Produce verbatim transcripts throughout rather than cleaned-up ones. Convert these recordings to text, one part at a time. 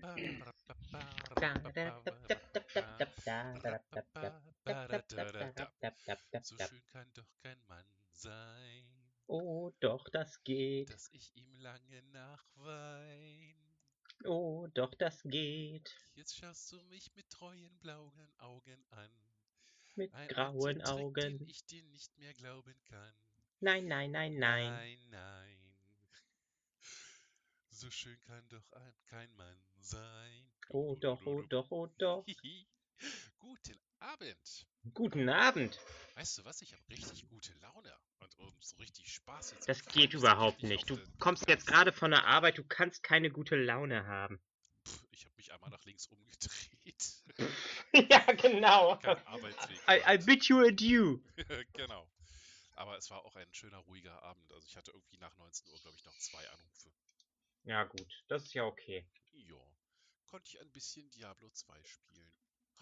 So schön kann doch kein Mann sein, Oh, doch, das geht. dass ich ihm lange nachwein. Oh, doch, das geht. Jetzt schaust du mich mit treuen blauen Augen an. Mit Ein grauen Antitrick, den Augen. ich dir nicht mehr glauben kann. Nein, nein, nein, nein. Nein, nein. So schön kann doch ein, kein Mann sein. Du, Oh, du, du, doch, du, oh, du. doch, oh, doch. Hihi. Guten Abend. Guten Abend. Weißt du was? Ich habe richtig gute Laune und, und so richtig Spaß jetzt. Das Ich freue geht mich so überhaupt richtig auf nicht. Du den kommst jetzt Podcast. gerade von der Arbeit, du kannst keine gute Laune haben. Pff, ich habe mich einmal nach links umgedreht. Ja, genau. Kein Arbeitsweg I, I gehabt. bid you adieu. Genau. Aber es war auch ein schöner, ruhiger Abend. Also ich hatte irgendwie nach neunzehn Uhr, glaube ich, noch zwei Anrufe. Ja, gut, das ist ja okay. Ja. Konnte ich ein bisschen Diablo zwei spielen.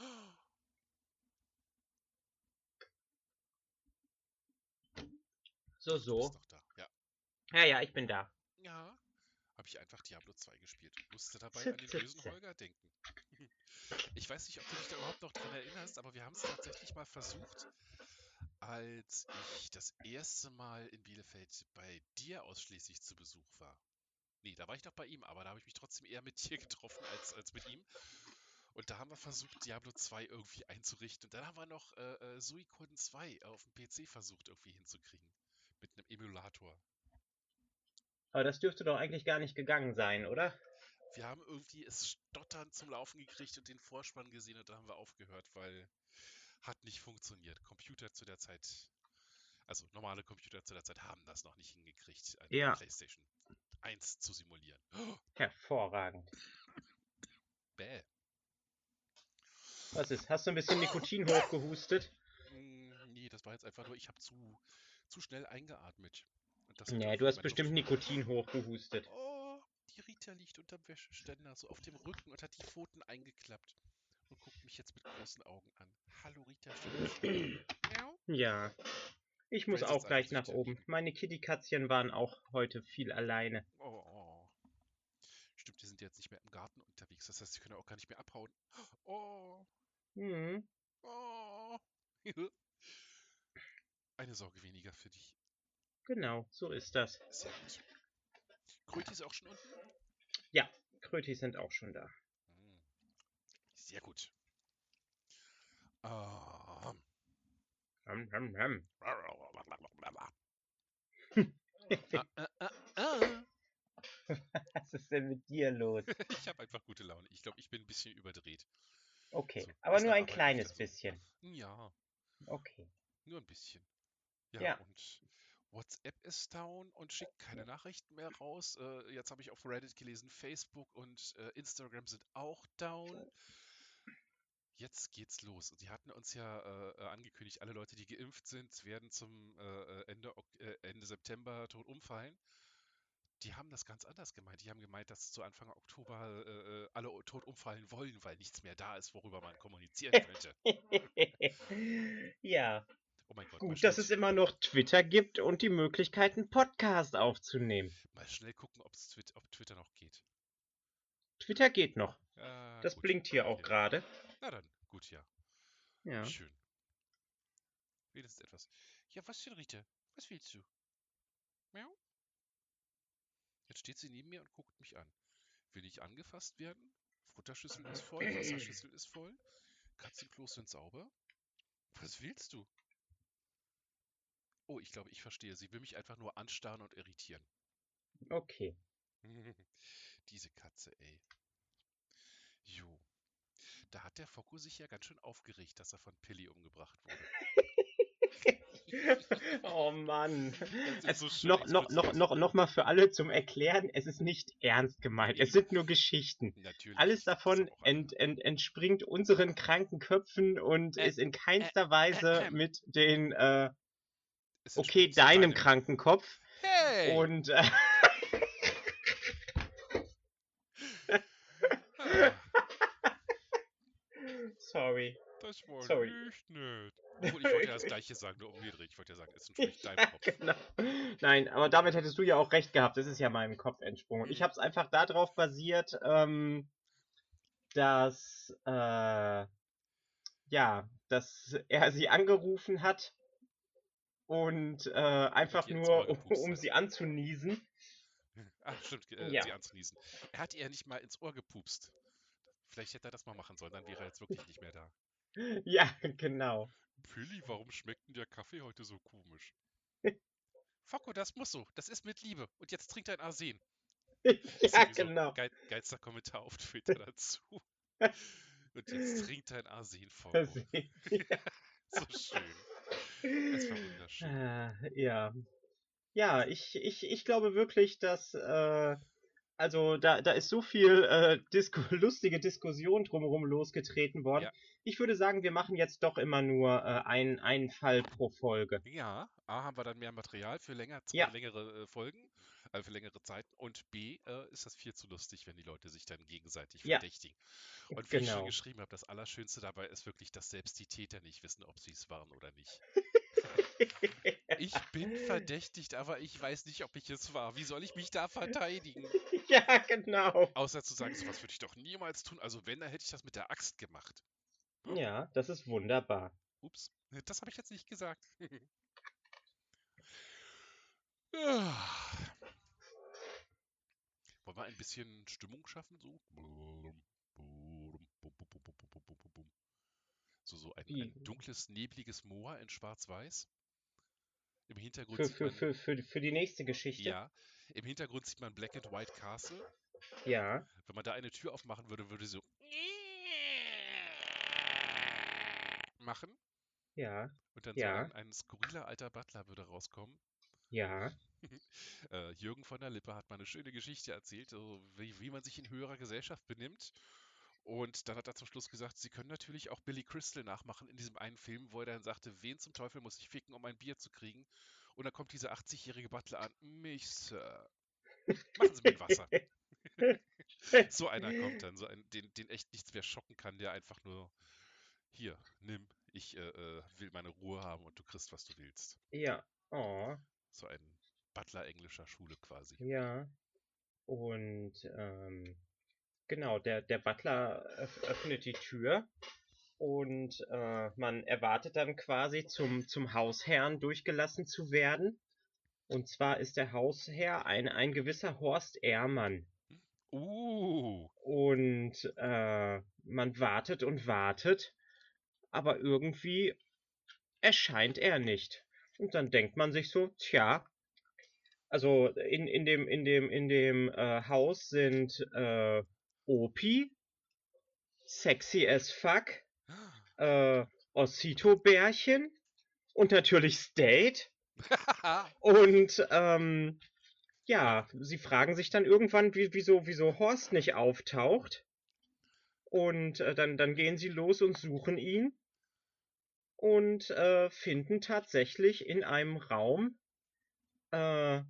So, Ach, du bist so. noch da. Ja. Ja, ja, ich bin da. Ja. Habe ich einfach Diablo zwei gespielt. Musste dabei Z, an den z, bösen z. Holger denken. Ich weiß nicht, ob du dich da überhaupt noch dran erinnerst, aber wir haben es tatsächlich mal versucht, als ich das erste Mal in Bielefeld bei dir ausschließlich zu Besuch war. Nee, da war ich noch bei ihm, aber da habe ich mich trotzdem eher mit dir getroffen als, als mit ihm. Und da haben wir versucht, Diablo zwei irgendwie einzurichten. Und dann haben wir noch äh, äh, Suikoden zwei auf dem P C versucht irgendwie hinzukriegen. Mit einem Emulator. Aber das dürfte doch eigentlich gar nicht gegangen sein, oder? Wir haben irgendwie es stotternd zum Laufen gekriegt und den Vorspann gesehen und dann haben wir aufgehört, weil hat nicht funktioniert. Computer zu der Zeit, also normale Computer zu der Zeit haben das noch nicht hingekriegt, eine Ja, PlayStation eins zu simulieren. Oh, hervorragend. bäh. Was ist? Hast du ein bisschen Nikotin hochgehustet? Mm, nee, das war jetzt einfach nur, ich habe zu, zu schnell eingeatmet. Und das hat Nee, du irgendwie hast meine bestimmt Luft. Nikotin hochgehustet. Oh, die Rita liegt unterm Wäscheständer, so auf dem Rücken und hat die Pfoten eingeklappt und guckt mich jetzt mit großen Augen an. Hallo Rita, steht im Schrank. Miau. Ja, ich muss Ray auch sitzt gleich einfach nach Rita oben. neben. Meine Kitty-Katzchen waren auch heute viel alleine. Oh, oh. Stimmt, die sind jetzt nicht mehr im Garten unterwegs. Das heißt, sie können auch gar nicht mehr abhauen. Oh, Hm, oh. Eine Sorge weniger für dich. genau, so ist das. Sehr gut. Kröti ist auch schon unten? Ja, Krötis sind auch schon da. Hm, sehr gut. Ah. Hm, hm, hm. Ah, ah, ah, ah. Was ist denn mit dir los? Ich habe einfach gute Laune. Ich glaube, ich bin ein bisschen überdreht. Okay, So, aber ist nur nach ein Arbeit nicht kleines dann so. bisschen. Ja, Okay. nur ein bisschen. Ja, Ja. und WhatsApp ist down und schickt keine Nachrichten mehr raus. Äh, jetzt habe ich auf Reddit gelesen, Facebook und äh, Instagram sind auch down. Jetzt geht's los. Und die hatten uns ja äh, äh, angekündigt, alle Leute, die geimpft sind, werden zum äh, äh, Ende, Ok- äh, Ende September tot umfallen. Die haben das ganz anders gemeint. Die haben gemeint, dass zu Anfang Oktober äh, äh, alle tot umfallen wollen, weil nichts mehr da ist, worüber man kommunizieren könnte. Ja, Oh mein Gott, mal gut, schnell, dass es immer noch Twitter gibt und die Möglichkeit, einen Podcast aufzunehmen. mal schnell gucken, ob's Twitter, ob Twitter noch geht. Twitter geht noch. Ja, Das gut. blinkt hier auch Okay. gerade. Na dann, gut, ja. Ja. Schön. Wenigstens etwas. Ja, was denn, Rita? Was willst du? Miau. Jetzt steht sie neben mir und guckt mich an. Will ich angefasst werden? Futterschüssel ist voll, Wasserschüssel ist voll, Katzenklos sind sauber. Was willst du? Oh, ich glaube, ich verstehe. Sie will mich einfach nur anstarren und irritieren. Okay. Diese Katze, ey. Jo. Da hat der Fokko sich ja ganz schön aufgeregt, dass er von Pilli umgebracht wurde. Oh Mann. Das ist Es, so schön noch, noch, noch, explodiert. noch, noch mal für alle zum Erklären, es ist nicht ernst gemeint. Es Eben. sind nur Geschichten. Natürlich, Alles ich sag das davon doch auch alle. ent, ent, entspringt unseren kranken Köpfen und Äh, ist in äh, keinster äh, Weise äh. mit den, äh, Es okay, entspringt zu deinem deinem. kranken Kopf. Hey! Und äh, Ah, sorry, das war sorry. nicht nett. Obwohl, ich wollte ja das Gleiche sagen, nur umgedreht. Ich wollte ja sagen, es entspricht deinem Ja, Kopf. genau. Nein, aber damit hättest du ja auch recht gehabt. Das ist ja meinem Kopf entsprungen. Und ich Mhm. habe es einfach darauf basiert, ähm, dass, äh, ja, dass er sie angerufen hat und äh, Und einfach ihr ins Ohr nur, um, gepupst um hat. sie anzuniesen. Ach, stimmt, äh, Ja, sie anzuniesen. Er hat ihr nicht mal ins Ohr gepupst. Vielleicht hätte er das mal machen sollen, dann wäre er jetzt wirklich nicht mehr da. ja, genau. Pilli, warum schmeckt denn der Kaffee heute so komisch? Focko, das muss so. Das ist mit Liebe. Und jetzt trinkt ein Arsen. Ist Ja, irgendwie so genau. geil, geilster Kommentar auf Twitter dazu. Und jetzt trinkt ein Arsen, Das- Focko. So schön. Es war wunderschön. Ah, ja. Ja, ich, ich, ich glaube wirklich, dass, äh, also da, da ist so viel äh, Disku lustige Diskussion drumherum losgetreten worden. Ja, Ich würde sagen, wir machen jetzt doch immer nur äh, ein, einen Fall pro Folge. ja. A, haben wir dann mehr Material für länger, Ja, längere äh, Folgen, äh, für längere Zeiten. Und B, äh, ist das viel zu lustig, wenn die Leute sich dann gegenseitig ja, verdächtigen. Und wie ich schon genau. geschrieben habe, das Allerschönste dabei ist wirklich, dass selbst die Täter nicht wissen, ob sie es waren oder nicht. Ich bin verdächtigt, aber ich weiß nicht, ob ich es war. Wie soll ich mich da verteidigen? Ja, genau. Außer zu sagen, sowas würde ich doch niemals tun. Also wenn, dann hätte ich das mit der Axt gemacht. Hm? Ja, das ist wunderbar. Ups, das habe ich jetzt nicht gesagt. Ah. Wollen wir ein bisschen Stimmung schaffen? So, so, so ein, Wie? ein dunkles, nebliges Moor in Schwarz-Weiß. Im Hintergrund Für, sieht für, man, für, für, für die nächste Geschichte? ja, im Hintergrund sieht man Black and White Castle. Ja, Wenn man da eine Tür aufmachen würde, würde sie so machen. ja, Und dann so ja, ein, ein skurriler alter Butler würde rauskommen. ja. äh, Jürgen von der Lippe hat mal eine schöne Geschichte erzählt, so wie, wie man sich in höherer Gesellschaft benimmt. Und dann hat er zum Schluss gesagt, Sie können natürlich auch Billy Crystal nachmachen in diesem einen Film, wo er dann sagte, wen zum Teufel muss ich ficken, um ein Bier zu kriegen? Und dann kommt dieser achtzig-jährige Butler an, mich, Sir. Machen Sie mir ein Wasser. So einer kommt dann, so ein, den, den echt nichts mehr schocken kann, der einfach nur, hier, nimm, ich äh, äh, will meine Ruhe haben und du kriegst, was du willst. Ja, oh, So ein Butler englischer Schule quasi. ja. Und ähm, genau, der, der Butler öff öffnet die Tür und äh, man erwartet dann quasi zum, zum Hausherrn durchgelassen zu werden. Und zwar ist der Hausherr ein, ein gewisser Horst Ehrmann. Uh, Und äh, man wartet und wartet, aber irgendwie erscheint er nicht. Und dann denkt man sich so, tja, also in, in dem, in dem, in dem äh, Haus sind äh, Opi, Sexy as fuck, äh, Ossito-Bärchen und natürlich State. Und ähm, ja, sie fragen sich dann irgendwann, wie, wieso, wieso Horst nicht auftaucht. Und äh, dann, dann gehen sie los und suchen ihn und äh, finden tatsächlich in einem Raum äh,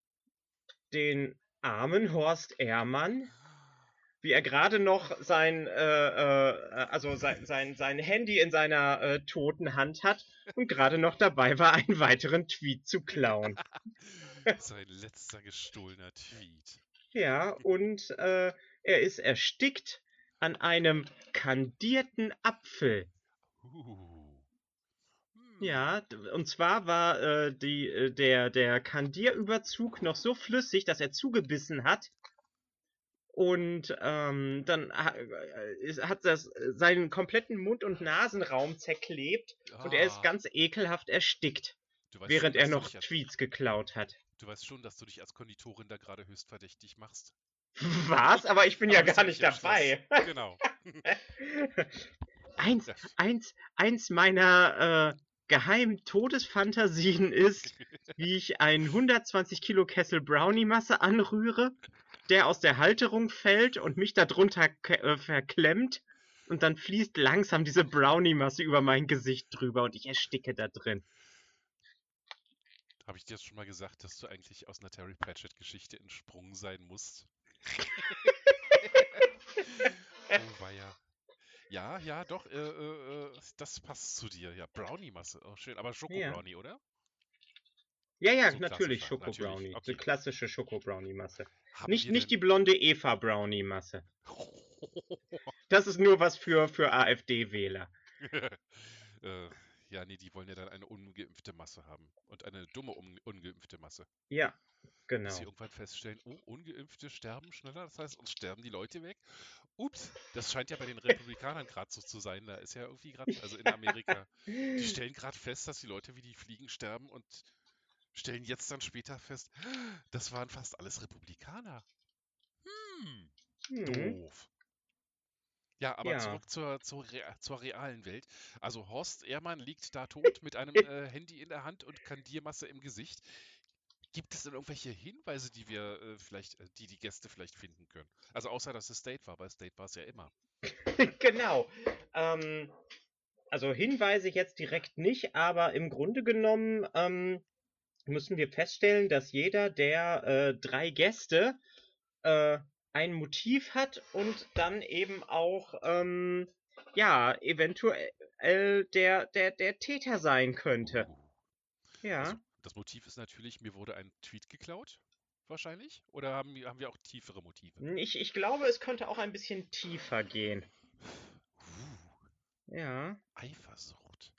den armen Horst Ehrmann, wie er gerade noch sein, äh, äh, also sein, sein, sein Handy in seiner äh, toten Hand hat und gerade noch dabei war, einen weiteren Tweet zu klauen. sein letzter gestohlener Tweet. Ja, und äh, er ist erstickt an einem kandierten Apfel. Uh. Hm. Ja, und zwar war äh, die, äh, der, der Kandierüberzug noch so flüssig, dass er zugebissen hat. Und ähm, dann ha äh, hat das seinen kompletten Mund- und Nasenraum zerklebt und er ist Ah, ganz ekelhaft erstickt, du weißt schon, während er dass du noch dich als, Tweets geklaut hat. du weißt schon, dass du dich als Konditorin da gerade höchst verdächtig machst. Was? Aber ich bin Aber ja du bist ja gar nicht nicht im Schloss. dabei. Genau. Eins, Ja. eins, eins meiner äh, geheimen Todesfantasien ist, wie ich einen hundertzwanzig Kilo Kessel Brownie-Masse anrühre, der aus der Halterung fällt und mich darunter äh, verklemmt und dann fließt langsam diese Brownie-Masse über mein Gesicht drüber und ich ersticke da drin. Habe ich dir jetzt schon mal gesagt, dass du eigentlich aus einer Terry Pratchett-Geschichte entsprungen sein musst? Oh weia. Ja, ja, doch, äh, äh, äh, das passt zu dir. Ja, Brownie-Masse. Oh, schön. Aber Ja. Schoko-Brownie, oder? Ja, ja, So natürlich klassischer, natürlich. Schoko-Brownie. Die Okay. klassische Schoko-Brownie-Masse. Haben Nicht, wir nicht die denn. blonde Eva-Brownie-Masse. Das ist nur was für, für AfD-Wähler. äh, ja, nee, die wollen ja dann eine ungeimpfte Masse haben. Und eine dumme un ungeimpfte Masse. Ja, Bis sie genau. irgendwann feststellen, oh, Ungeimpfte sterben schneller, das heißt, uns sterben die Leute weg. Ups, das scheint ja bei den Republikanern gerade so zu sein. Da ist ja irgendwie gerade, also in Amerika, die stellen gerade fest, dass die Leute wie die Fliegen sterben und stellen jetzt dann später fest, das waren fast alles Republikaner. Hm, Hm, doof. Ja, aber ja. zurück zur, zur, rea- zur realen Welt. Also Horst Ehrmann liegt da tot mit einem äh, Handy in der Hand und Kandiermasse im Gesicht. Gibt es denn irgendwelche Hinweise, die wir äh, vielleicht, äh, die die Gäste vielleicht finden können? Also außer, dass es State war, bei State war es ja immer. Genau. Ähm, also Hinweise jetzt direkt nicht, aber im Grunde genommen ähm, müssen wir feststellen, dass jeder der äh, drei Gäste äh, ein Motiv hat und dann eben auch ähm, ja eventuell der der der Täter sein könnte. Uh. Also Ja. das Motiv ist natürlich, mir wurde ein Tweet geklaut, wahrscheinlich. Oder haben, wir- haben wir auch tiefere Motive? Ich, ich glaube, es könnte auch ein bisschen tiefer gehen. Uh, Ja. Eifersucht.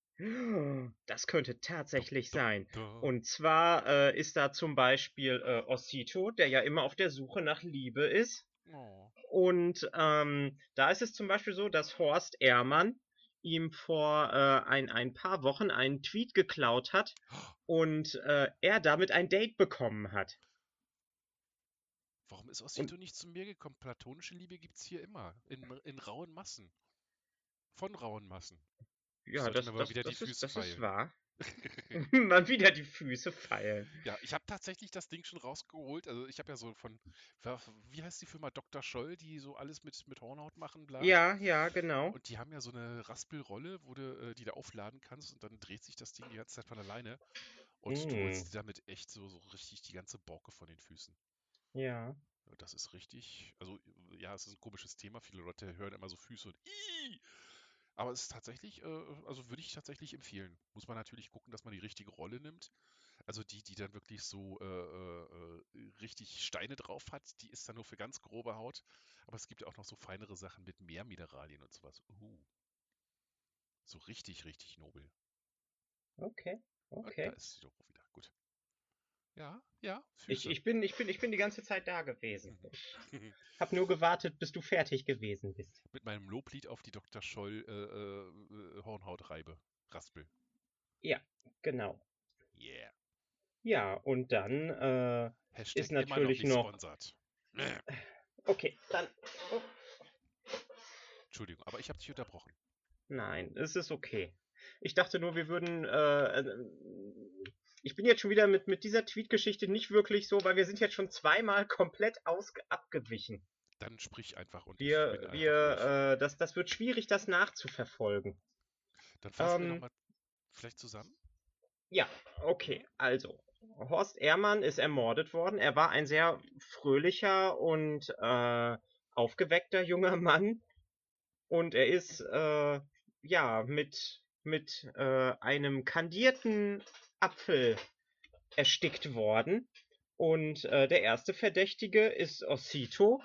Das könnte Dum, tatsächlich dum, sein. dum. Und zwar äh, ist da zum Beispiel äh, Ossito, der ja immer auf der Suche nach Liebe ist. Oh. Und ähm, da ist es zum Beispiel so, dass Horst Ehrmann ihm vor äh, ein, ein paar Wochen einen Tweet geklaut hat und äh, er damit ein Date bekommen hat. Warum ist Und Ossito nicht zu mir gekommen? Platonische Liebe gibt es hier immer. In, in rauen Massen. Von rauen Massen. Ich ja, sollte mir das, mal das, wieder die das ist, Füße das ist feilen. wahr. Mal wieder die Füße feilen. Ja, ich habe tatsächlich das Ding schon rausgeholt. Also ich habe ja so von, wa- wie heißt die Firma Doktor Scholl, die so alles mit, mit Hornhaut machen, bla. Ja, ja, genau. Und die haben ja so eine Raspelrolle, wo du äh, die da aufladen kannst und dann dreht sich das Ding die ganze Zeit von alleine und du Hm, holst dir damit echt so, so richtig die ganze Borke von den Füßen. ja. Ja, das ist richtig, also ja, es ist ein komisches Thema. Viele Leute hören immer so Füße und Ih! Aber es ist tatsächlich, äh, also würde ich tatsächlich empfehlen. Muss man natürlich gucken, dass man die richtige Rolle nimmt. Also die, die dann wirklich so äh, äh, äh, richtig Steine drauf hat, die ist dann nur für ganz grobe Haut. Aber es gibt ja auch noch so feinere Sachen mit mehr Mineralien und sowas. Uh, so richtig, richtig nobel. Okay, Und da okay. ist sie doch wieder. Gut. Ja, ja, Ich, Füße. ich bin, ich bin, ich bin die ganze Zeit da gewesen. Ich hab nur gewartet, bis du fertig gewesen bist. Mit meinem Loblied auf die Doktor Scholl äh, äh, Hornhautreibe. Raspel. Ja, genau. Yeah. Ja, und dann äh, ist Hashtag immer noch natürlich nicht noch. sponsert. Mäh. Okay, dann. Oh, Entschuldigung, aber ich habe dich unterbrochen. nein, es ist okay. Ich dachte nur, wir würden. Äh, äh, ich bin jetzt schon wieder mit, mit dieser Tweet-Geschichte nicht wirklich so, weil wir sind jetzt schon zweimal komplett ausge abgewichen. Dann sprich einfach und ich Wir, bin einfach ruhig. wir, äh, das, das wird schwierig, das nachzuverfolgen. Dann fassen wir Ähm, nochmal vielleicht zusammen. Ja, okay. Mhm. Also, Horst Ehrmann ist ermordet worden. Er war ein sehr fröhlicher und äh, aufgeweckter junger Mann. Und er ist äh, ja mit, mit äh, einem kandierten Apfel erstickt worden. Und äh, der erste Verdächtige ist Ossito,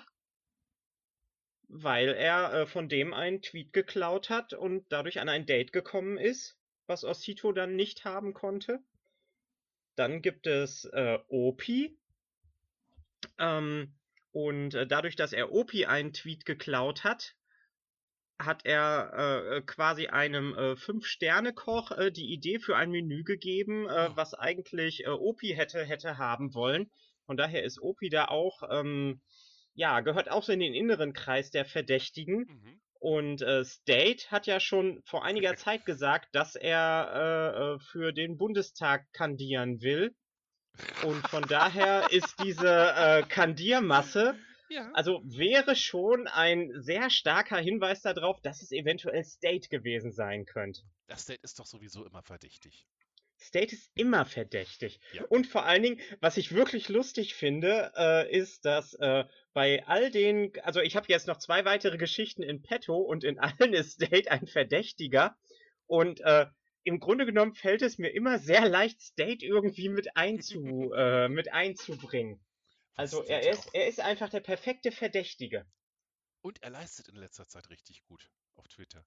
weil er äh, von dem einen Tweet geklaut hat und dadurch an ein Date gekommen ist, was Ossito dann nicht haben konnte. Dann gibt es äh, Opi. Ähm, und äh, dadurch, dass er Opi einen Tweet geklaut hat, hat er äh, quasi einem äh, Fünf-Sterne-Koch äh, die Idee für ein Menü gegeben, äh, Oh. was eigentlich äh, Opi hätte, hätte haben wollen. Von daher ist Opi da auch, ähm, ja, gehört auch so in den inneren Kreis der Verdächtigen. Mhm. Und äh, State hat ja schon vor einiger Zeit gesagt, dass er äh, äh, für den Bundestag kandidieren will. Und von daher ist diese äh, Kandiermasse, Ja. also wäre schon ein sehr starker Hinweis darauf, dass es eventuell State gewesen sein könnte. Das Date ist doch sowieso immer verdächtig. State ist immer verdächtig. Ja. Und vor allen Dingen, was ich wirklich lustig finde, äh, ist, dass äh, bei all den, also ich habe jetzt noch zwei weitere Geschichten in petto und in allen ist State ein Verdächtiger. Und äh, im Grunde genommen fällt es mir immer sehr leicht, State irgendwie mit, einzu, äh, mit einzubringen. Was Also er State ja ist, auch. er ist einfach der perfekte Verdächtige. Und er leistet in letzter Zeit richtig gut auf Twitter.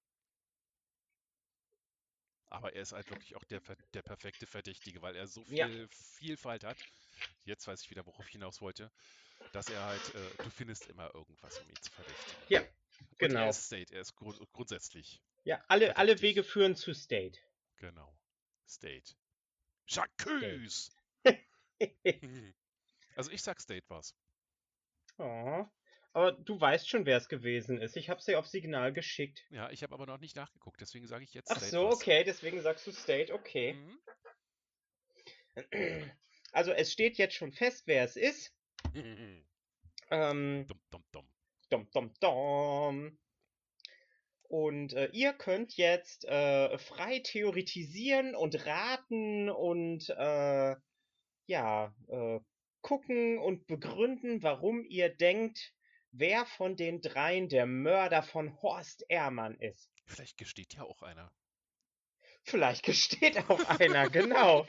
Aber er ist halt wirklich auch der, ver- der perfekte Verdächtige, weil er so Ja, viel Vielfalt hat. Jetzt weiß ich wieder, worauf ich hinaus wollte, dass er halt, äh, du findest immer irgendwas, um ihn zu verdächtigen. ja, Und er genau. ist State, er ist grund grundsätzlich Ja, alle, alle Wege verdächtig. führen zu State. Genau. State. State. Jacques! Also ich sag State war's. Oh. Aber du weißt schon, wer es gewesen ist. Ich habe sie auf Signal geschickt. Ja, ich habe aber noch nicht nachgeguckt, deswegen sage ich jetzt Ach State so, war's. okay, deswegen sagst du State, okay. Mhm. Also es steht jetzt schon fest, wer es ist. Ähm, Dum, dum, dum. dom, dom, dom. Und äh, ihr könnt jetzt äh, frei theoretisieren und raten und äh, ja, äh, gucken und begründen, warum ihr denkt, wer von den dreien der Mörder von Horst Ehrmann ist. Vielleicht gesteht ja auch einer. Vielleicht gesteht auch einer, genau.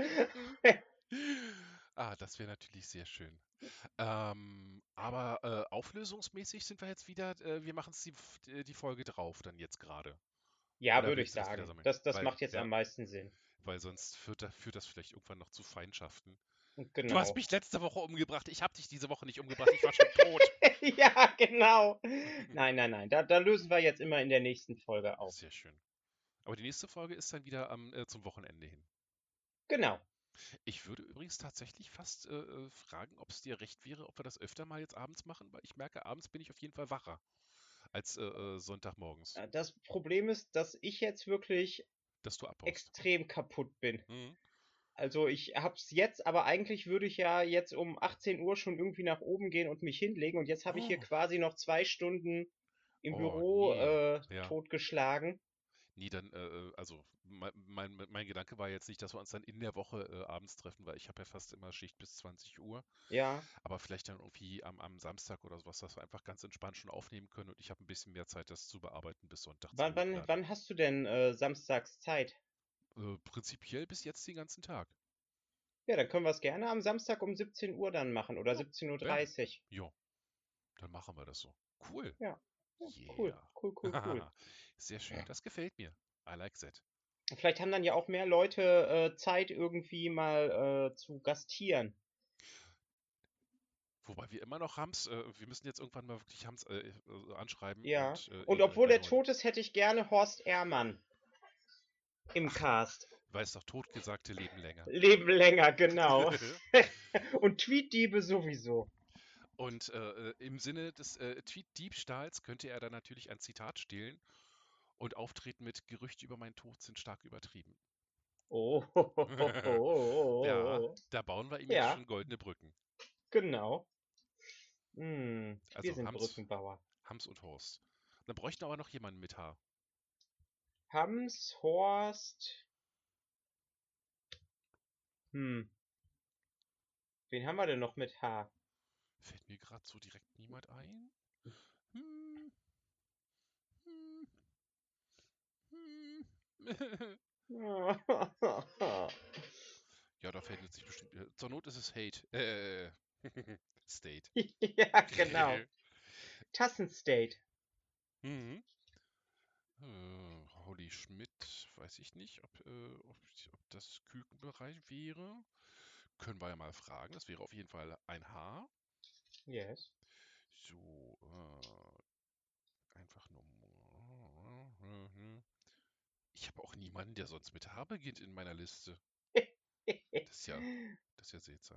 Ah, das wäre natürlich sehr schön. Ähm, aber äh, auflösungsmäßig sind wir jetzt wieder, äh, wir machen es die, äh, die Folge drauf, dann jetzt gerade. Ja, Oder würde ich willst du das wieder sagen. sammeln? Das, das Weil, macht jetzt ja, am meisten Sinn. weil sonst führt, da, führt das vielleicht irgendwann noch zu Feindschaften. Du hast Genau. mich letzte Woche umgebracht, ich habe dich diese Woche nicht umgebracht, ich war schon tot. Ja, genau. Nein, nein, nein. Da, da lösen wir jetzt immer in der nächsten Folge auf. Sehr schön. Aber die nächste Folge ist dann wieder am, äh, zum Wochenende hin. Genau. Ich würde übrigens tatsächlich fast äh, äh, fragen, ob es dir recht wäre, ob wir das öfter mal jetzt abends machen, weil ich merke, abends bin ich auf jeden Fall wacher als äh, äh, Sonntagmorgens, Äh, Das Problem ist, dass ich jetzt wirklich dass du abhaust. extrem kaputt bin. Mhm. Also ich hab's jetzt, aber eigentlich würde ich ja jetzt um achtzehn Uhr schon irgendwie nach oben gehen und mich hinlegen. Und jetzt habe ich hier Oh, quasi noch zwei Stunden im oh, Büro nee. äh, Ja. totgeschlagen. Nee, dann, äh, äh, also mein, mein, mein Gedanke war jetzt nicht, dass wir uns dann in der Woche äh, abends treffen, weil ich habe ja fast immer Schicht bis zwanzig Uhr. Ja. Aber vielleicht dann irgendwie am, am Samstag oder sowas, dass wir einfach ganz entspannt schon aufnehmen können und ich habe ein bisschen mehr Zeit, das zu bearbeiten bis Sonntag zum Wann, wann, Hochladen. wann hast du denn äh, samstags Zeit? Äh, prinzipiell bis jetzt den ganzen Tag. Ja, dann können wir es gerne am Samstag um siebzehn Uhr dann machen oder Ja, siebzehn Uhr. bam. dreißig. Ja, dann machen wir das so. Cool. Ja. Ja, cool, Yeah. cool, cool, cool. Sehr schön. Das gefällt mir. I like that. Vielleicht haben dann ja auch mehr Leute äh, Zeit, irgendwie mal äh, zu gastieren. Wobei wir immer noch Hams, äh, wir müssen jetzt irgendwann mal wirklich Hams äh, äh, anschreiben Ja. und äh, Und ihn obwohl er reinholen. tot ist, hätte ich gerne Horst Ehrmann im Ach, Cast. weiß doch, Totgesagte leben länger. Leben länger, genau. Und Tweetdiebe sowieso. Und äh, äh, im Sinne des äh, Tweet-Diebstahls könnte er dann natürlich ein Zitat stehlen und auftreten mit Gerüchte über meinen Tod sind stark übertrieben. Ja, Oh. da bauen wir ihm jetzt Ja, schon goldene Brücken. genau. Hm, wir Also sind Hams, Brückenbauer. Hams und Horst. Dann bräuchten wir aber noch jemanden mit Haar. Hams, Horst. Hm, wen haben wir denn noch mit H? Fällt mir gerade so direkt niemand ein. Hm, hm, hm. Ja, da findet sich bestimmt. äh, Zur Not ist es Hate. Äh, State. Ja, genau. Tassenstate. Mhm. Äh, Holly Schmidt, weiß ich nicht, ob, äh, ob, ob das Kükenbereich wäre. Können wir ja mal fragen. Das wäre auf jeden Fall ein Haar. Yes. So, äh, einfach nur. Ich habe auch niemanden, der sonst mit H beginnt in meiner Liste. Das ist ja, das ist ja seltsam.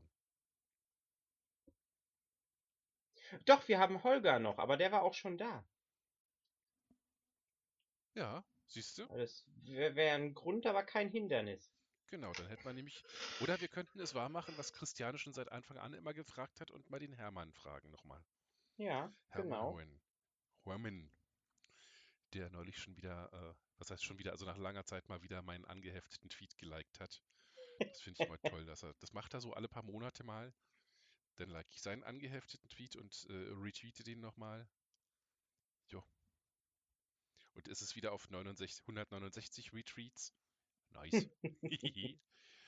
Doch, wir haben Holger noch, aber der war auch schon da. Ja, siehst du? Das wäre wär ein Grund, aber kein Hindernis. Genau, dann hätte man nämlich. Oder wir könnten es wahr machen, was Christiane schon seit Anfang an immer gefragt hat und mal den Hermann fragen nochmal. Ja, Hermann genau. Hohen. Huamin, der neulich schon wieder, äh, was heißt schon wieder, also nach langer Zeit mal wieder meinen angehefteten Tweet geliked hat. Das finde ich immer toll, dass er, das macht er so alle paar Monate mal. Dann like ich seinen angehefteten Tweet und äh, retweete den nochmal. Jo. Und ist es wieder auf neunundsechzig, hundertneunundsechzig Retweets. Nice.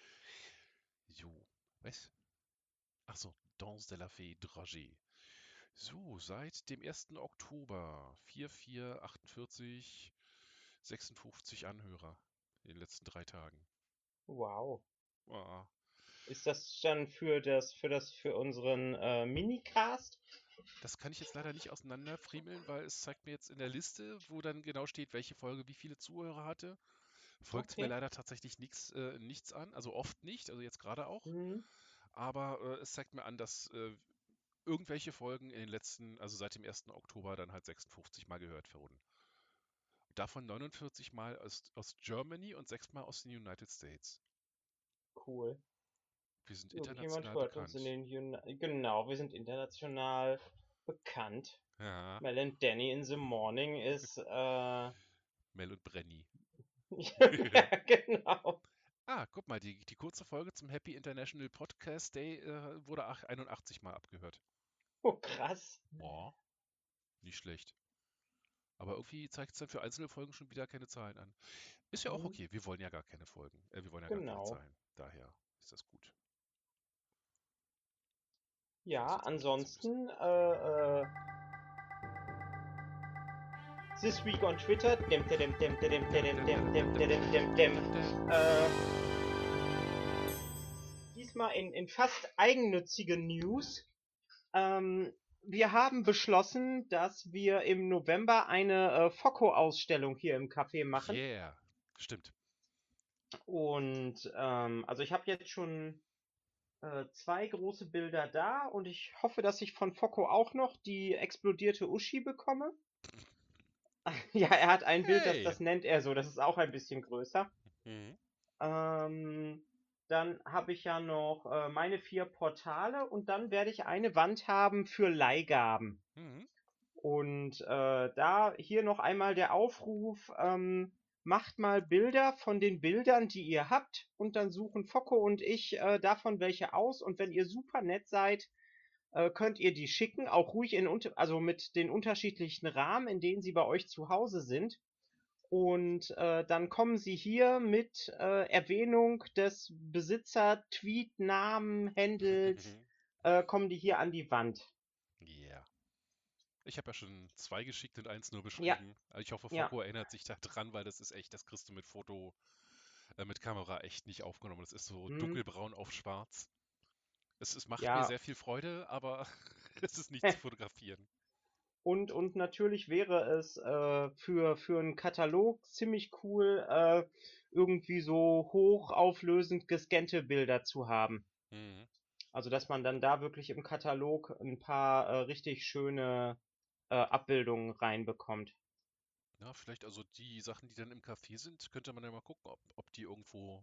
Jo. Was? Achso, Danse de la Fée Dragée. So, seit dem ersten Oktober vier vier achtundvierzig sechsundfünfzig Anhörer in den letzten drei Tagen. Wow. Ah, Ist das dann für das, für das, für unseren äh, Minicast? das kann ich jetzt leider nicht auseinanderfriemeln, weil es zeigt mir jetzt in der Liste, wo dann genau steht, welche Folge wie viele Zuhörer hatte. Folgt es mir Okay. leider tatsächlich nix, äh, nichts an, also oft nicht, also jetzt gerade auch. Mhm. Aber äh, es zeigt mir an, dass äh, irgendwelche Folgen in den letzten, also seit dem ersten Oktober dann halt sechsundfünfzig Mal gehört wurden. Davon neunundvierzig Mal aus, aus Germany und sechs Mal aus den United States. Cool. Wir sind Irgendjemand international hört uns in bekannt. den Uni Genau, wir sind international bekannt. Ja, Mel and Danny in the Morning ist, äh, Mel und Brenny. ja, genau. Ah, guck mal, die, die kurze Folge zum Happy International Podcast Day äh, wurde ach- einundachtzig Mal abgehört. Oh, krass. Boah, nicht schlecht. Aber irgendwie zeigt es dann für einzelne Folgen schon wieder keine Zahlen an. Ist ja auch Mhm. okay, wir wollen ja gar keine Folgen. Äh, wir wollen ja gar keine Genau. Zahlen. Daher ist das gut. So ist Ja, jetzt auch nicht ganz so müssen. ansonsten, äh, äh, This Week on Twitter, dem, dem, dem, dem, dem, Dem, dem, dem, dem, dem, dem, dem, dem, dem, dem, dem, dem, dem, dem, dem. äh, diesmal in, in fast eigennützige News. Ähm, wir haben beschlossen, dass wir im November eine äh, Focco-Ausstellung hier im Café machen. Yeah, stimmt. Und ähm, also ich habe jetzt schon äh, zwei große Bilder da und ich hoffe, dass ich von Focco auch noch die explodierte Uschi bekomme. Ja, er hat ein Bild, das, Hey! das nennt er so, das ist auch ein bisschen größer. Mhm. Ähm, dann habe ich ja noch äh, meine vier Portale und dann werde ich eine Wand haben für Leihgaben. Mhm. Und äh, da hier noch einmal der Aufruf, ähm, macht mal Bilder von den Bildern, die ihr habt, und dann suchen Focko und ich äh, davon welche aus. Und wenn ihr super nett seid, äh, könnt ihr die schicken, auch ruhig in unter also mit den unterschiedlichen Rahmen, in denen sie bei euch zu Hause sind. Und äh, dann kommen sie hier mit äh, Erwähnung des Besitzer, Tweetnamen, Handles, äh, kommen die hier an die Wand. Yeah. Ich habe ja schon zwei geschickt und eins nur Ja, beschrieben. Also ich hoffe, ja. Focko erinnert sich da dran, weil das ist echt, das kriegst du mit Foto, äh, mit Kamera echt nicht aufgenommen. Das ist so Hm, dunkelbraun auf schwarz. Es, es macht mir ja. sehr viel Freude, aber es ist nicht zu fotografieren. Und, und natürlich wäre es äh, für, für einen Katalog ziemlich cool, äh, irgendwie so hochauflösend gescannte Bilder zu haben. Mhm. Also, dass man dann da wirklich im Katalog ein paar äh, richtig schöne äh, Abbildungen reinbekommt. Ja, vielleicht also die Sachen, die dann im Café sind, könnte man ja mal gucken, ob, ob die irgendwo,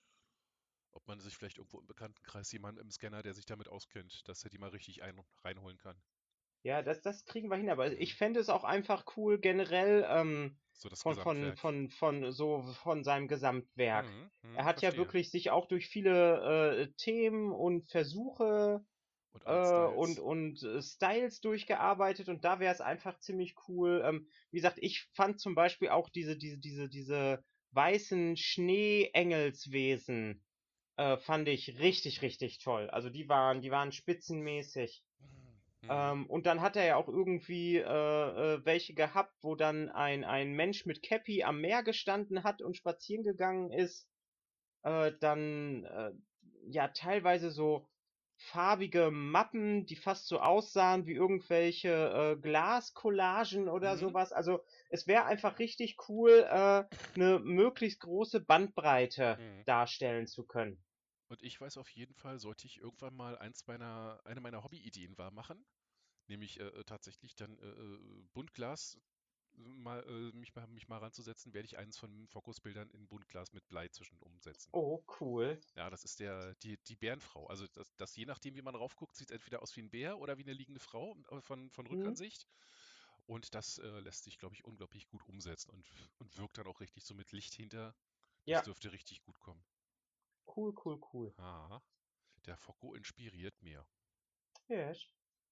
ob man sich vielleicht irgendwo im Bekanntenkreis jemanden im Scanner, der sich damit auskennt, dass er die mal richtig ein, reinholen kann. Ja, das, das kriegen wir hin, aber Mhm. ich fände es auch einfach cool, generell ähm, So das von, von, Gesamtwerk. von, von so von seinem Gesamtwerk. Mhm. Er Mhm. hat ja Verstehe. wirklich sich auch durch viele äh, Themen und Versuche Und äh, und, Artstyles. und äh, Styles durchgearbeitet und da wäre es einfach ziemlich cool. Ähm, wie gesagt, ich fand zum Beispiel auch diese, diese, diese, diese weißen Schnee-Engelswesen äh, fand ich richtig, richtig toll. Also die waren, die waren spitzenmäßig. Mhm. Mhm. Ähm, und dann hat er ja auch irgendwie äh, äh, welche gehabt, wo dann ein, ein Mensch mit Cappy am Meer gestanden hat und spazieren gegangen ist. Äh, dann äh, ja teilweise so farbige Mappen, die fast so aussahen wie irgendwelche äh, Glascollagen oder Mhm. sowas. Also es wäre einfach richtig cool, äh, eine möglichst große Bandbreite Mhm. darstellen zu können. Und ich weiß auf jeden Fall, sollte ich irgendwann mal eins meiner, eine meiner Hobby-Ideen wahr machen, nämlich äh, äh, tatsächlich dann äh, äh, Buntglas mal, äh, mich, mal, mich mal ranzusetzen, werde ich eines von Fokusbildern in Buntglas mit Blei zwischen umsetzen. Oh, cool. Ja, das ist der, die, die Bärenfrau. Also das, das, je nachdem, wie man raufguckt, sieht es entweder aus wie ein Bär oder wie eine liegende Frau äh, von, von Hm? Rückansicht. Und das äh, lässt sich, glaube ich, unglaublich gut umsetzen und, und wirkt dann auch richtig so mit Licht hinter. Das Ja, dürfte richtig gut kommen. cool, cool, cool. Ah, der Focko inspiriert mir. Yes.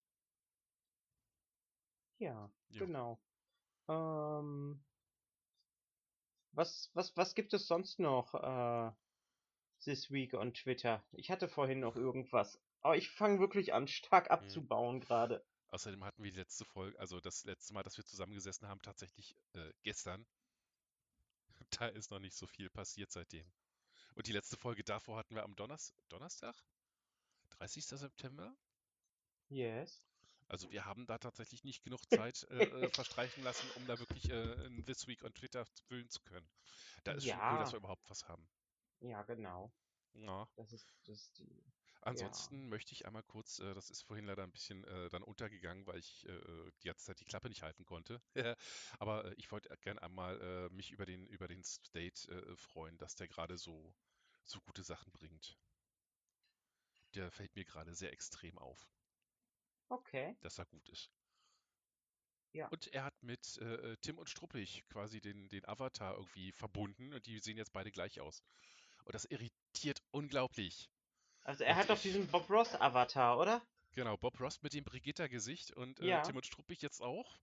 Ja, Ja. genau. Ähm, was, was, was gibt es sonst noch äh, this week on Twitter? Ich hatte vorhin noch irgendwas. Aber ich fange wirklich an, stark Hm. abzubauen gerade. Außerdem hatten wir die letzte Folge, also das letzte Mal, dass wir zusammengesessen haben, tatsächlich äh, gestern. Da ist noch nicht so viel passiert seitdem. Und die letzte Folge davor hatten wir am Donners Donnerstag, dreißigsten September. Yes. Also wir haben da tatsächlich nicht genug Zeit äh, äh, verstreichen lassen, um da wirklich äh, ein This Week on Twitter füllen zu können. Da ist schon cool, dass Ja, wir überhaupt was haben. ja, genau. Ja. Das ist, das ist die, ja. Ansonsten möchte ich einmal kurz, äh, das ist vorhin leider ein bisschen äh, dann untergegangen, weil ich äh, die ganze Zeit die Klappe nicht halten konnte. Aber äh, ich wollte gerne einmal äh, mich über den, über den State äh, freuen, dass der gerade so, so gute Sachen bringt. Der fällt mir gerade sehr extrem auf, Okay, dass er gut ist. ja. Und er hat mit äh, Tim und Struppig quasi den, den Avatar irgendwie verbunden und die sehen jetzt beide gleich aus. Und das irritiert unglaublich. Also er Und hat doch ich, diesen Bob Ross Avatar, oder? genau, Bob Ross mit dem Brigitta-Gesicht und äh, Tim Ja. und Struppig jetzt auch.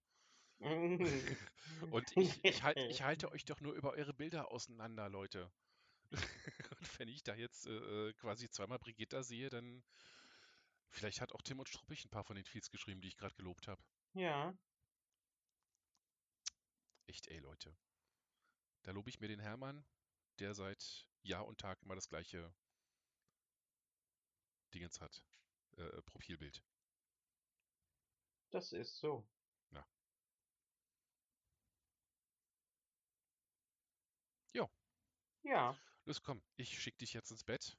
Und ich, ich, halt, ich halte euch doch nur über eure Bilder auseinander, Leute. Und wenn ich da jetzt äh, äh, quasi zweimal Brigitta sehe, dann vielleicht hat auch Tim und Struppig ein paar von den Tweets geschrieben, die ich gerade gelobt habe. Ja, Echt, ey, Leute. Da lobe ich mir den Hermann, der seit Jahr und Tag immer das gleiche Dingens hat. Äh, Profilbild. das ist so. Ja. Jo, Ja. los komm, ich schick dich jetzt ins Bett.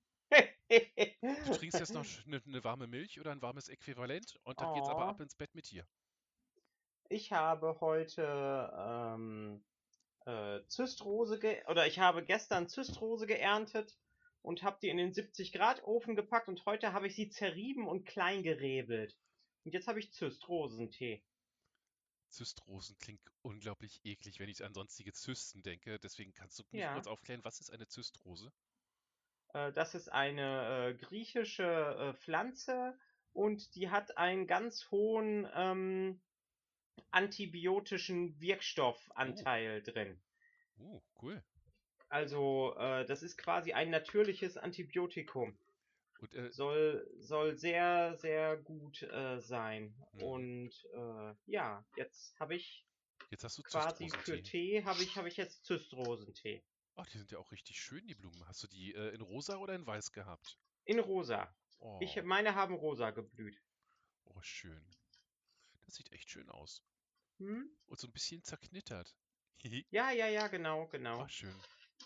Du trinkst jetzt noch eine ne warme Milch oder ein warmes Äquivalent und dann geht's aber Oh, ab ins Bett mit dir. ich habe heute ähm, äh, Zystrose ge oder ich habe gestern Zystrose geerntet und habe die in den siebzig Grad Ofen gepackt und heute habe ich sie zerrieben und klein gerebelt. Und jetzt habe ich Zystrosentee. Zystrosen klingt unglaublich eklig, wenn ich an sonstige Zysten denke. Deswegen kannst du mich kurz Ja, aufklären, was ist eine Zystrose? äh, das ist eine äh, griechische äh, Pflanze und die hat einen ganz hohen ähm, antibiotischen Oh, Wirkstoffanteil drin. oh, cool. Also, äh, das ist quasi ein natürliches Antibiotikum. Und äh, Soll, soll sehr, sehr gut äh, sein. mhm. Und äh, ja, jetzt habe ich Jetzt hast du quasi für Zystrosentee. Tee, habe ich, habe ich jetzt Zystrosentee. Ach, die sind ja auch richtig schön, die Blumen. Hast du die äh, in rosa oder in weiß gehabt? In rosa. Ich, Oh, meine haben rosa geblüht. oh, schön. Das sieht echt schön aus. Hm? Und so ein bisschen zerknittert. Ja, ja, ja, genau, Oh, genau. schön.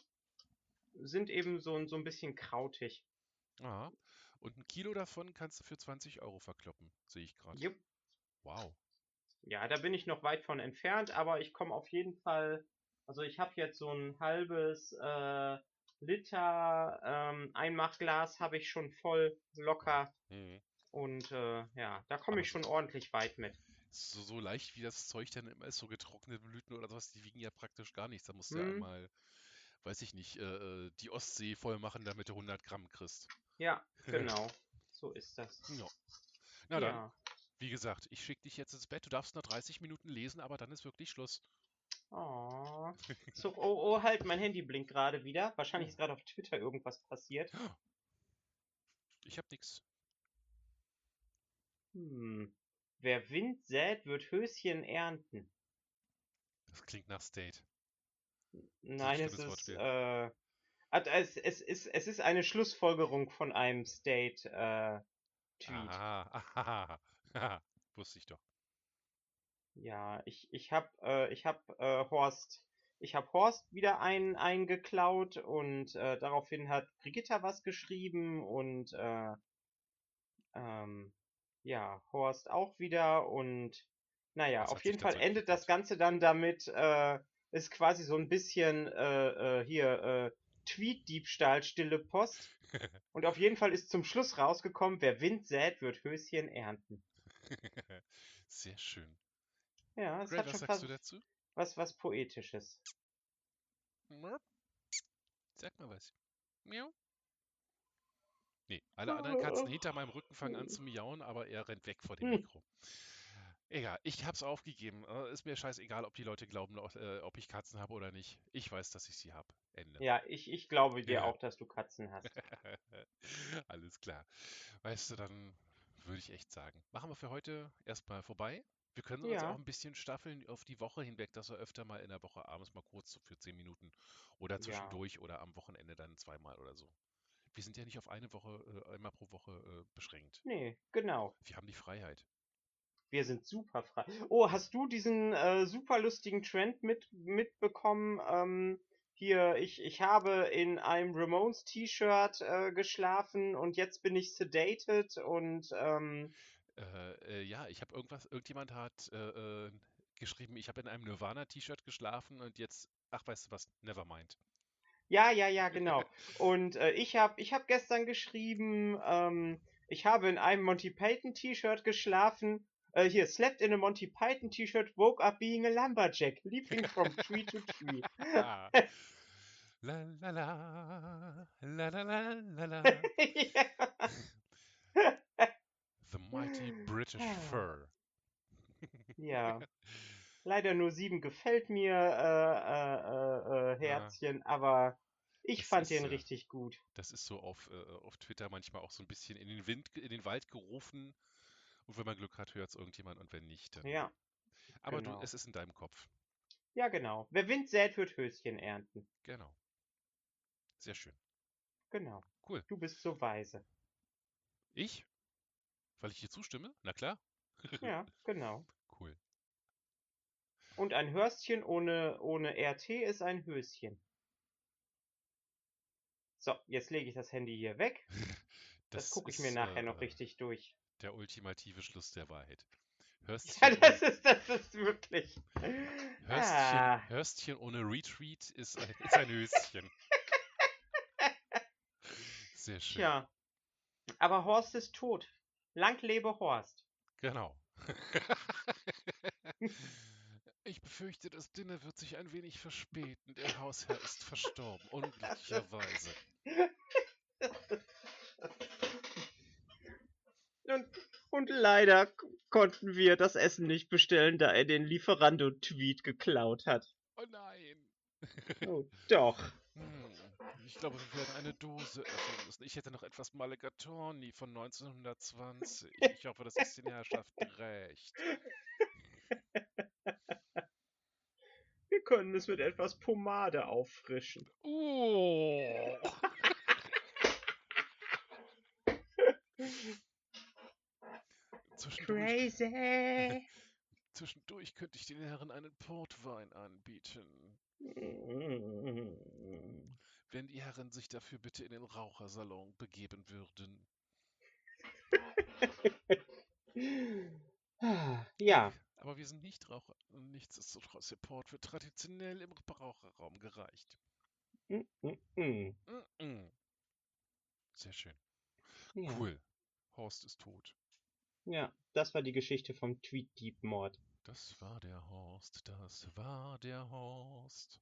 Sind eben so, so ein bisschen krautig. Aha. Und ein Kilo davon kannst du für zwanzig Euro verkloppen, sehe ich gerade. Jupp. Wow. Ja, da bin ich noch weit von entfernt, aber ich komme auf jeden Fall. Also ich habe jetzt so ein halbes äh, Liter ähm, Einmachglas habe ich schon voll locker Mhm. und äh, ja, da komme Aber ich so, schon ordentlich weit mit. so, so leicht wie das Zeug dann immer ist, so getrocknete Blüten oder sowas, die wiegen ja praktisch gar nichts. Da musst du ja Hm, einmal, weiß ich nicht, äh, äh, die Ostsee voll machen, damit du hundert Gramm kriegst. ja, genau. So ist das. Ja. Na dann, Ja. wie gesagt, ich schicke dich jetzt ins Bett. Du darfst noch dreißig Minuten lesen, aber dann ist wirklich Schluss. Oh. So, oh, oh, halt, mein Handy blinkt gerade wieder. Wahrscheinlich Oh, ist gerade auf Twitter irgendwas passiert. ich hab nix. Hm. Wer Wind sät, wird Höschen ernten. Das klingt nach State. So ein Nein, es schlimmes ist Wortspiel. äh, Also es, es, ist, es ist eine Schlussfolgerung von einem State-Tweet. Aha, aha, aha. Wusste ich doch. Ja, ich, ich habe äh, ich hab, äh, Horst, ich habe Horst wieder ein, eingeklaut und äh, daraufhin hat Brigitta was geschrieben und äh, ähm, ja, Horst auch wieder und naja, Was auf hat sich jeden dann Fall so endet das entwickelt? Ganze dann damit, äh, ist quasi so ein bisschen äh, äh, hier äh, Tweet-Diebstahl, stille Post. Und auf jeden Fall ist zum Schluss rausgekommen, wer Wind sät, wird Höschen ernten. Sehr schön. Ja, es Gray, hat was schon sagst du fast dazu? was, was Poetisches. Murp, sag mal was. Miau. Nee, alle anderen Katzen hinter meinem Rücken fangen an zu miauen, aber er rennt weg vor dem Hm. Mikro. Egal, ich hab's aufgegeben. Äh, Ist mir scheißegal, ob die Leute glauben, ob, äh, ob ich Katzen habe oder nicht. Ich weiß, dass ich sie habe. Ende. Ja, ich, ich glaube dir auch, dass du Katzen hast. Alles klar. Weißt du, dann würde ich echt sagen. Machen wir für heute erstmal vorbei. Wir können uns auch Ja, ein bisschen staffeln auf die Woche hinweg, dass wir öfter mal in der Woche abends mal kurz so für zehn Minuten oder ja. zwischendurch oder am Wochenende dann zweimal oder so. Wir sind ja nicht auf eine Woche, äh, einmal pro Woche äh, beschränkt. Nee, genau. Wir haben die Freiheit. Wir sind super frei. Oh, hast du diesen äh, super lustigen Trend mit, mitbekommen? Ähm, hier, ich, ich habe in einem Ramones-T-Shirt äh, geschlafen und jetzt bin ich sedated und ähm, Äh, äh, ja, ich habe irgendwas, irgendjemand hat äh, äh, geschrieben, ich habe in einem Nirvana-T-Shirt geschlafen und jetzt, ach, weißt du was, never mind. ja, ja, ja, genau. Und äh, ich habe ich hab gestern geschrieben, ähm, ich habe in einem Monty Python T-Shirt geschlafen. Äh, hier, slept in a Monty Python T-Shirt, woke up being a lumberjack, leaping from tree to tree. La la la, la la la la la. The mighty British Ja. fur. Ja, leider nur sieben gefällt mir, äh, äh, äh, Ja, Herzchen, aber ich das fand ist, den äh, richtig gut. das ist so auf, äh, auf Twitter manchmal auch so ein bisschen in den Wind, in den Wald gerufen. Und wenn man Glück hat, hört es irgendjemand und wenn nicht, dann. Ja, Aber du, genau. es ist in deinem Kopf. Ja, genau. Wer Wind sät, wird Höschen ernten. Genau. Sehr schön. Genau. Cool. Du bist so weise. Ich? Weil ich dir zustimme? Na klar. Ja, genau. Cool. Und ein Hörstchen ohne, ohne R T ist ein Höschen. So, jetzt lege ich das Handy hier weg. Das Das gucke ich mir ist äh, nachher noch äh, richtig durch. der ultimative Schluss der Wahrheit. Ja, Hörstchen ohne, das ist, das ist wirklich. Hörstchen, Ah, Hörstchen ohne Retreat ist ein, ist ein Höschen. Sehr schön. tja. Aber Horst ist tot. Lang lebe Horst. Genau. Ich befürchte, das Dinner wird sich ein wenig verspäten. Der Hausherr ist verstorben, unglücklicherweise. Und, und leider konnten wir das Essen nicht bestellen, da er den Lieferando-Tweet geklaut hat. Oh nein. Oh, doch. Hm, ich glaube, wir werden eine Dose öffnen müssen. Ich hätte noch etwas Mulligatawny von neunzehnhundertzwanzig. Ich hoffe, das ist den Herrschaften recht. Wir können es mit etwas Pomade auffrischen. Oh. Zwischendurch, Crazy. zwischendurch könnte ich den Herren einen Portwein anbieten. Wenn die Herren sich dafür bitte in den Rauchersalon begeben würden. Ja. Aber wir sind nicht Raucher. Nichtsdestotrotz, der Port wird traditionell im Raucherraum gereicht. Mm, mm, mm. Mm-mm. Sehr schön. Ja. Cool. Horst ist tot. Ja, das war die Geschichte vom Tweet-Dieb-Mord. Das war der Horst, das war der Horst.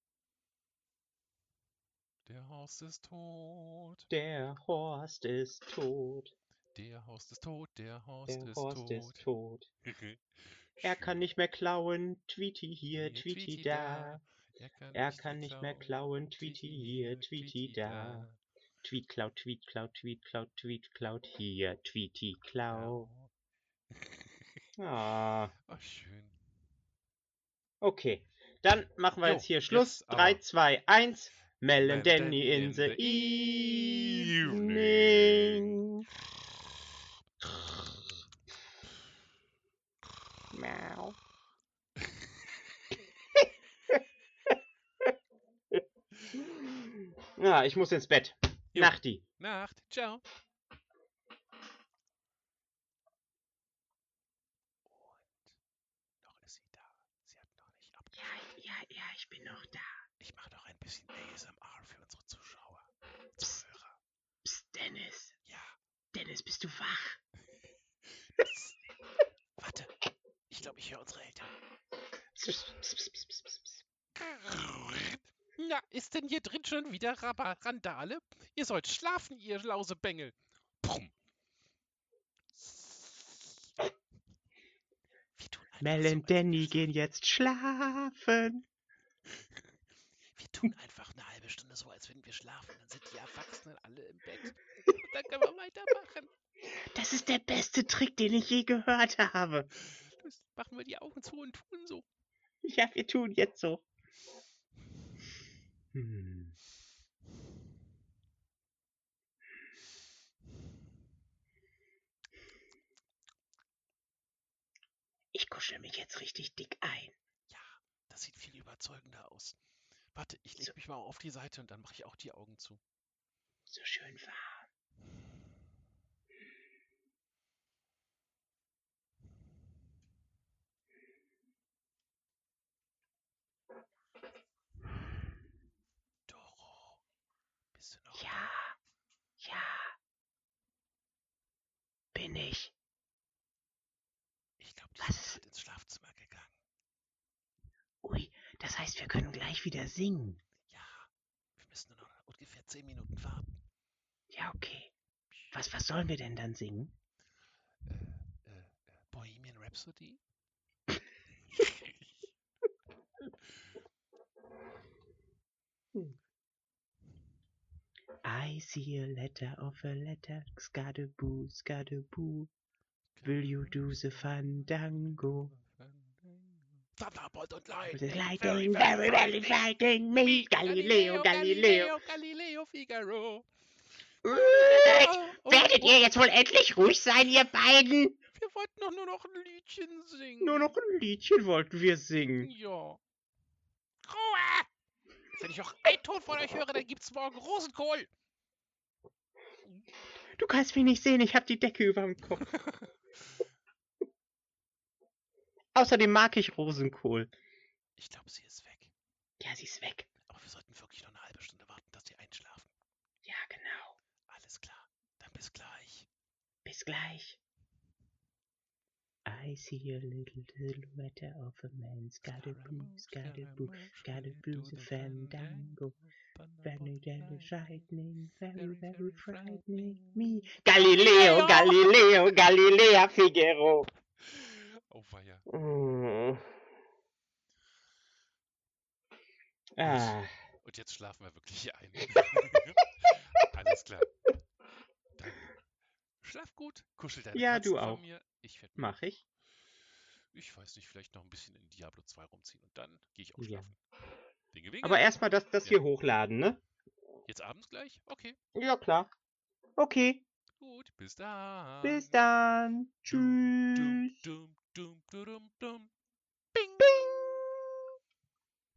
Der Horst ist tot. Der Horst ist tot. Der Horst ist tot, der Horst Der ist Horst ist tot. tot. Er kann Schön. nicht mehr klauen, Tweety hier, Hier, Tweety Tweety da. da. Er kann Er nicht mehr kann nicht mehr klauen. klauen, Tweety Tweety hier, hier, Tweety Tweety da. da. Tweet klaut, Tweet klaut, Tweet klaut, Tweet klaut, hier, Tweety klau. Klau. Ah, Ach, schön. okay. Dann machen wir jetzt Jo, hier Schluss. jetzt drei, aber. zwei, eins. Mel and Mel Danny Danny in in the the evening. evening. Meow. Ja, ich muss ins Bett. Jo, Nachti. Nacht. Ciao. Und noch ist sie da. Sie hat noch nicht abgeschaltet. Ja, ja, ich bin noch da. Ich mache noch ein bisschen A S M R für unsere Zuschauer. Psst, Zuhörer. psst, Dennis. Ja. Dennis, bist du wach? Psst. Warte. Ich glaube, ich höre unsere Eltern. Psst, psst, psst, psst, psst, psst. Na, ist denn hier drin schon wieder Raba- Randale? Ihr sollt schlafen, ihr Lausebengel. Brumm. Wir tun einfach Mel so, und als ob wir Danny schlafen. gehen jetzt schlafen. Wir tun einfach eine halbe Stunde so, als wenn wir schlafen. Dann sind die Erwachsenen alle im Bett. Und dann können wir weitermachen. Das ist der beste Trick, den ich je gehört habe. Das machen wir die Augen zu und tun so. Ja, wir tun jetzt so. Hm. Ich kuschel mich jetzt richtig dick ein. Ja, das sieht viel überzeugender aus. Warte, ich lege So. mich mal auf die Seite und dann mache ich auch die Augen zu. So schön warm. Doro, bist du noch Ja, da? ja. Bin ich. Ich glaube, die Was sind ist- gerade ins Schlafzimmer gegangen. Ui, das heißt, wir können gleich wieder singen. Ja, wir müssen nur noch ungefähr zehn Minuten warten. Ja, okay. Was, was sollen wir denn dann singen? Äh, äh, äh, Bohemian Rhapsody? I see a letter of a letter, scadaboo, scadaboo. Will you do the fandango? Thunderbolt und The Lightning, lightning very, very frightening me. Galileo, Galileo. Galileo, Figaro. Äh, Oh, oh, Werdet oh. ihr jetzt wohl endlich ruhig sein, ihr beiden? Wir wollten doch nur noch ein Liedchen singen. Nur noch ein Liedchen wollten wir singen. Ja. Ruhe! Wenn ich auch einen Ton von euch höre, dann gibt's morgen Rosenkohl. Du kannst mich nicht sehen, ich hab die Decke über dem Kopf. Außerdem mag ich Rosenkohl. Ich glaube, sie ist weg. Ja, sie ist weg. Aber wir sollten wirklich noch eine halbe Stunde warten, dass die einschlafen. Ja, genau. Alles klar. Dann bis gleich. Bis gleich. I see a little silhouette of a man. Scadaboo, scadaboo, scadaboo, the fandango. Very, very frightening, very, very frightening me. Galileo, Galileo, Galilea Figaro. Oh weia. Mm. Ah. Und jetzt schlafen wir wirklich ein. Alles klar. Dann schlaf gut, kuschel deine Ja, Katzen du von auch. mir. Ich werde Mach ich. ich weiß nicht, vielleicht noch ein bisschen in Diablo zwei rumziehen und dann gehe ich auch Ja. schlafen. Winge, winge. Aber erstmal das, das Ja. hier hochladen, ne? Jetzt abends gleich? Okay, Ja, klar. Okay. gut. Bis dann. Bis dann. Dum, Tschüss. dum, dum, dum, dum, dum. Bing.